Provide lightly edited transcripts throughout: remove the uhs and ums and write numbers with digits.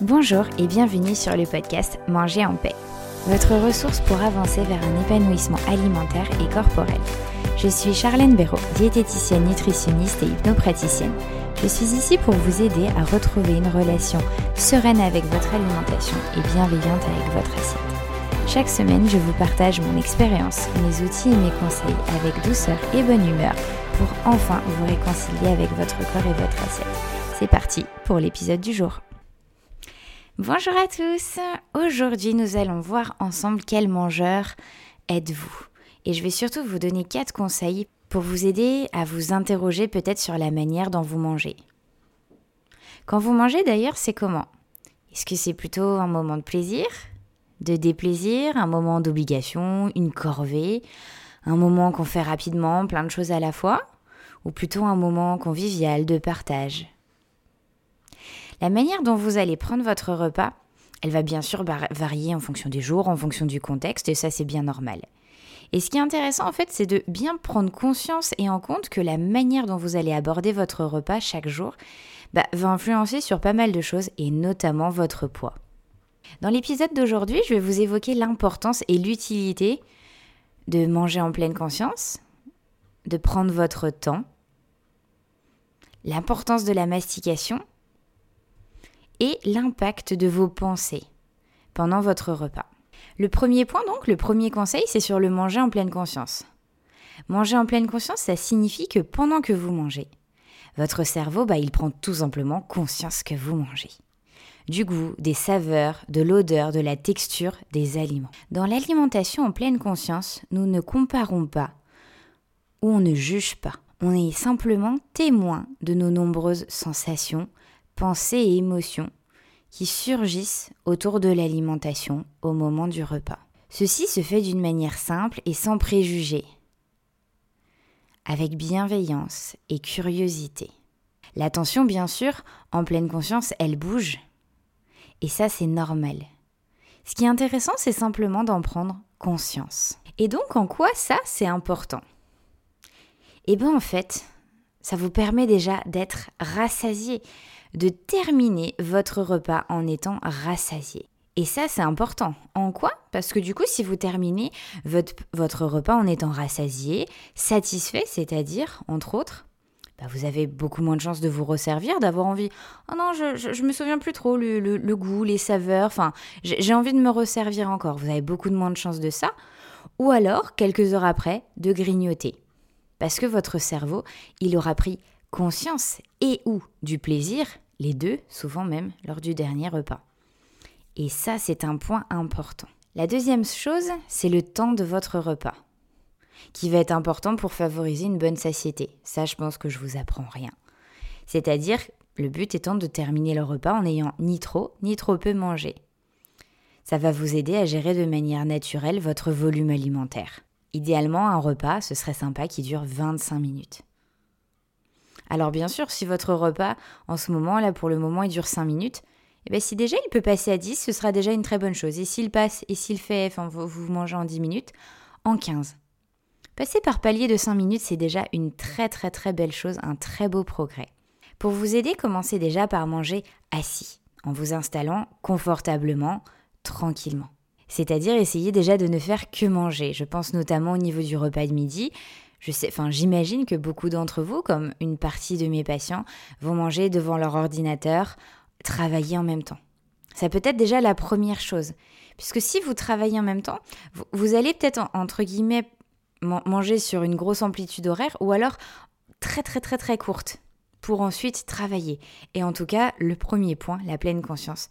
Bonjour et bienvenue sur le podcast Manger en paix, votre ressource pour avancer vers un épanouissement alimentaire et corporel. Je suis Charlène Béraud, diététicienne, nutritionniste et hypnopraticienne. Je suis ici pour vous aider à retrouver une relation sereine avec votre alimentation et bienveillante avec votre assiette. Chaque semaine, je vous partage mon expérience, mes outils et mes conseils avec douceur et bonne humeur pour enfin vous réconcilier avec votre corps et votre assiette. C'est parti pour l'épisode du jour. Bonjour à tous, aujourd'hui nous allons voir ensemble quel mangeur êtes-vous. Et je vais surtout vous donner 4 conseils pour vous aider à vous interroger peut-être sur la manière dont vous mangez. Quand vous mangez d'ailleurs, c'est comment ? Est-ce que c'est plutôt un moment de plaisir, de déplaisir, un moment d'obligation, une corvée, un moment qu'on fait rapidement, plein de choses à la fois, ou plutôt un moment convivial de partage ? La manière dont vous allez prendre votre repas, elle va bien sûr varier en fonction des jours, en fonction du contexte, et ça c'est bien normal. Et ce qui est intéressant en fait, c'est de bien prendre conscience et en compte que la manière dont vous allez aborder votre repas chaque jour va influencer sur pas mal de choses, et notamment votre poids. Dans l'épisode d'aujourd'hui, je vais vous évoquer l'importance et l'utilité de manger en pleine conscience, de prendre votre temps, l'importance de la mastication, et l'impact de vos pensées pendant votre repas. Le premier point donc, le premier conseil, c'est sur le manger en pleine conscience. Manger en pleine conscience, ça signifie que pendant que vous mangez, votre cerveau, il prend tout simplement conscience que vous mangez. Du goût, des saveurs, de l'odeur, de la texture des aliments. Dans l'alimentation en pleine conscience, nous ne comparons pas ou on ne juge pas. On est simplement témoin de nos nombreuses sensations, pensées et émotions qui surgissent autour de l'alimentation au moment du repas. Ceci se fait d'une manière simple et sans préjugés, avec bienveillance et curiosité. L'attention, bien sûr, en pleine conscience, elle bouge, et ça c'est normal. Ce qui est intéressant, c'est simplement d'en prendre conscience. Et donc, en quoi ça, c'est important ? En fait, ça vous permet déjà d'être rassasié, de terminer votre repas en étant rassasié. Et ça, c'est important. En quoi ? Parce que du coup, si vous terminez votre repas en étant rassasié, satisfait, c'est-à-dire, entre autres, vous avez beaucoup moins de chances de vous resservir, d'avoir envie « Oh non, je me souviens plus trop, le goût, les saveurs, j'ai envie de me resservir encore ». Vous avez beaucoup de moins de chances de ça. Ou alors, quelques heures après, de grignoter. Parce que votre cerveau, il aura pris conscience et ou du plaisir, les deux, souvent même, lors du dernier repas. Et ça, c'est un point important. La deuxième chose, c'est le temps de votre repas, qui va être important pour favoriser une bonne satiété. Ça, je pense que je vous apprends rien. C'est-à-dire, le but étant de terminer le repas en n'ayant ni trop peu mangé. Ça va vous aider à gérer de manière naturelle votre volume alimentaire. Idéalement, un repas, ce serait sympa qui dure 25 minutes. Alors bien sûr, si votre repas, en ce moment, là pour le moment, il dure 5 minutes, si déjà il peut passer à 10, ce sera déjà une très bonne chose. Et s'il passe, et s'il fait, vous mangez en 10 minutes, en 15. Passer par palier de 5 minutes, c'est déjà une très très très belle chose, un très beau progrès. Pour vous aider, commencez déjà par manger assis, en vous installant confortablement, tranquillement. C'est-à-dire essayer déjà de ne faire que manger. Je pense notamment au niveau du repas de midi. J'imagine que beaucoup d'entre vous, comme une partie de mes patients, vont manger devant leur ordinateur, travailler en même temps. Ça peut être déjà la première chose. Puisque si vous travaillez en même temps, vous allez peut-être, entre guillemets, manger sur une grosse amplitude horaire ou alors très très très très courte pour ensuite travailler. Et en tout cas, le premier point, la pleine conscience,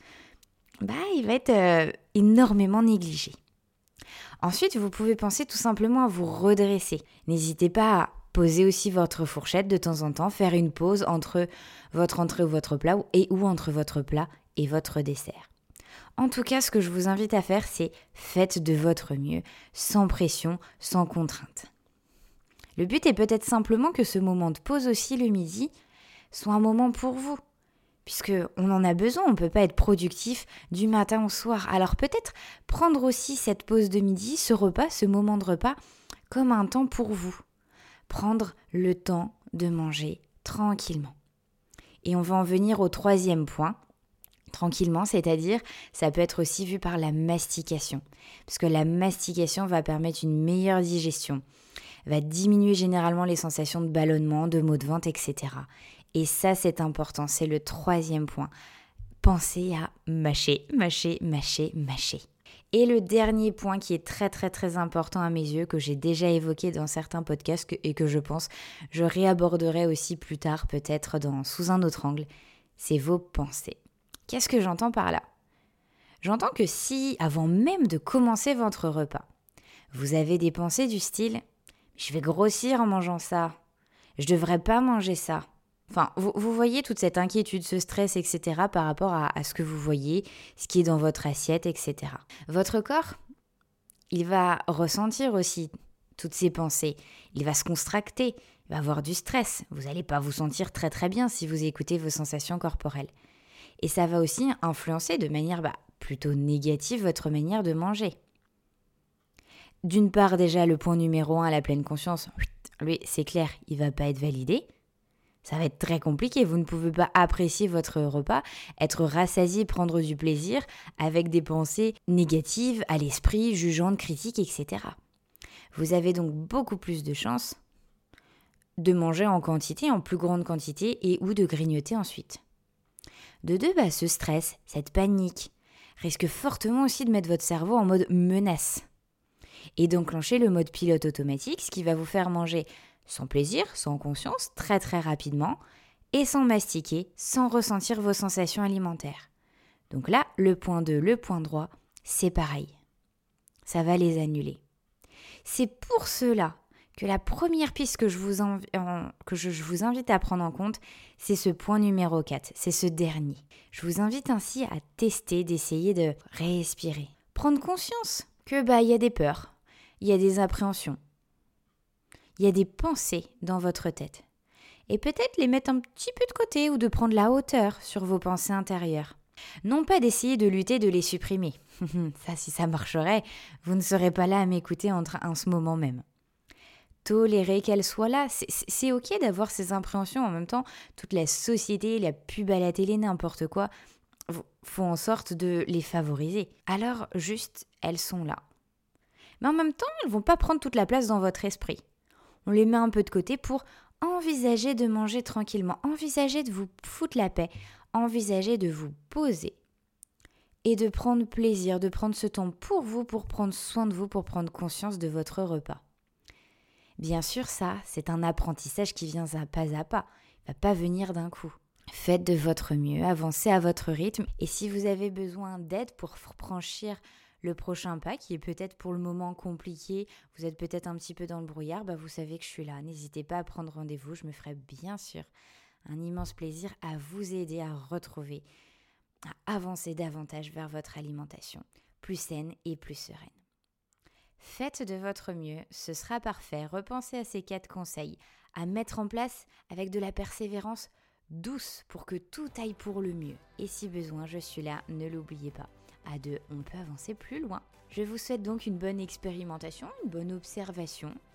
il va être énormément négligé. Ensuite, vous pouvez penser tout simplement à vous redresser. N'hésitez pas à poser aussi votre fourchette de temps en temps, faire une pause entre votre entrée ou votre plat ou entre votre plat et votre dessert. En tout cas, ce que je vous invite à faire, c'est faites de votre mieux, sans pression, sans contrainte. Le but est peut-être simplement que ce moment de pause aussi le midi soit un moment pour vous. Puisqu'on en a besoin, on ne peut pas être productif du matin au soir. Alors peut-être prendre aussi cette pause de midi, ce repas, ce moment de repas, comme un temps pour vous. Prendre le temps de manger tranquillement. Et on va en venir au troisième point, tranquillement, c'est-à-dire ça peut être aussi vu par la mastication, parce que la mastication va permettre une meilleure digestion, va diminuer généralement les sensations de ballonnement, de maux de ventre, etc. Et ça, c'est important, c'est le 3e point. Pensez à mâcher, mâcher, mâcher, mâcher. Et le dernier point qui est très très très important à mes yeux, que j'ai déjà évoqué dans certains podcasts et que je pense je réaborderai aussi plus tard peut-être sous un autre angle, c'est vos pensées. Qu'est-ce que j'entends par là ? J'entends que si, avant même de commencer votre repas, vous avez des pensées du style « je vais grossir en mangeant ça, je devrais pas manger ça », enfin, vous voyez toute cette inquiétude, ce stress, etc. par rapport à ce que vous voyez, ce qui est dans votre assiette, etc. Votre corps, il va ressentir aussi toutes ces pensées. Il va se contracter, il va avoir du stress. Vous n'allez pas vous sentir très très bien si vous écoutez vos sensations corporelles. Et ça va aussi influencer de manière plutôt négative votre manière de manger. D'une part, déjà, le point numéro 1, la pleine conscience, lui, c'est clair, il ne va pas être validé. Ça va être très compliqué, vous ne pouvez pas apprécier votre repas, être rassasié, prendre du plaisir avec des pensées négatives à l'esprit, jugeantes, critiques, etc. Vous avez donc beaucoup plus de chances de manger en quantité, en plus grande quantité et ou de grignoter ensuite. De deux, ce stress, cette panique, risque fortement aussi de mettre votre cerveau en mode menace et d'enclencher le mode pilote automatique, ce qui va vous faire manger sans plaisir, sans conscience, très très rapidement, et sans mastiquer, sans ressentir vos sensations alimentaires. Donc là, le point 2, le point droit, c'est pareil. Ça va les annuler. C'est pour cela que la première piste que je vous invite à prendre en compte, c'est ce point numéro 4, c'est ce dernier. Je vous invite ainsi à tester, d'essayer de respirer. Prendre conscience que il y a des peurs, il y a des appréhensions, il y a des pensées dans votre tête. Et peut-être les mettre un petit peu de côté ou de prendre la hauteur sur vos pensées intérieures. Non pas d'essayer de lutter, de les supprimer. Ça, si ça marcherait, vous ne serez pas là à m'écouter en ce moment même. Tolérer qu'elles soient là, c'est ok d'avoir ces appréhensions. En même temps, toute la société, la pub à la télé, n'importe quoi, font en sorte de les favoriser. Alors, juste, elles sont là. Mais en même temps, elles ne vont pas prendre toute la place dans votre esprit. On les met un peu de côté pour envisager de manger tranquillement, envisager de vous foutre la paix, envisager de vous poser et de prendre plaisir, de prendre ce temps pour vous, pour prendre soin de vous, pour prendre conscience de votre repas. Bien sûr, ça, c'est un apprentissage qui vient pas à pas, il ne va pas venir d'un coup. Faites de votre mieux, avancez à votre rythme et si vous avez besoin d'aide pour franchir le prochain pas, qui est peut-être pour le moment compliqué, vous êtes peut-être un petit peu dans le brouillard, vous savez que je suis là. N'hésitez pas à prendre rendez-vous, je me ferai bien sûr un immense plaisir à vous aider à retrouver, à avancer davantage vers votre alimentation, plus saine et plus sereine. Faites de votre mieux, ce sera parfait. Repensez à ces 4 conseils, à mettre en place avec de la persévérance douce pour que tout aille pour le mieux. Et si besoin, je suis là, ne l'oubliez pas. À 2, on peut avancer plus loin. Je vous souhaite donc une bonne expérimentation, une bonne observation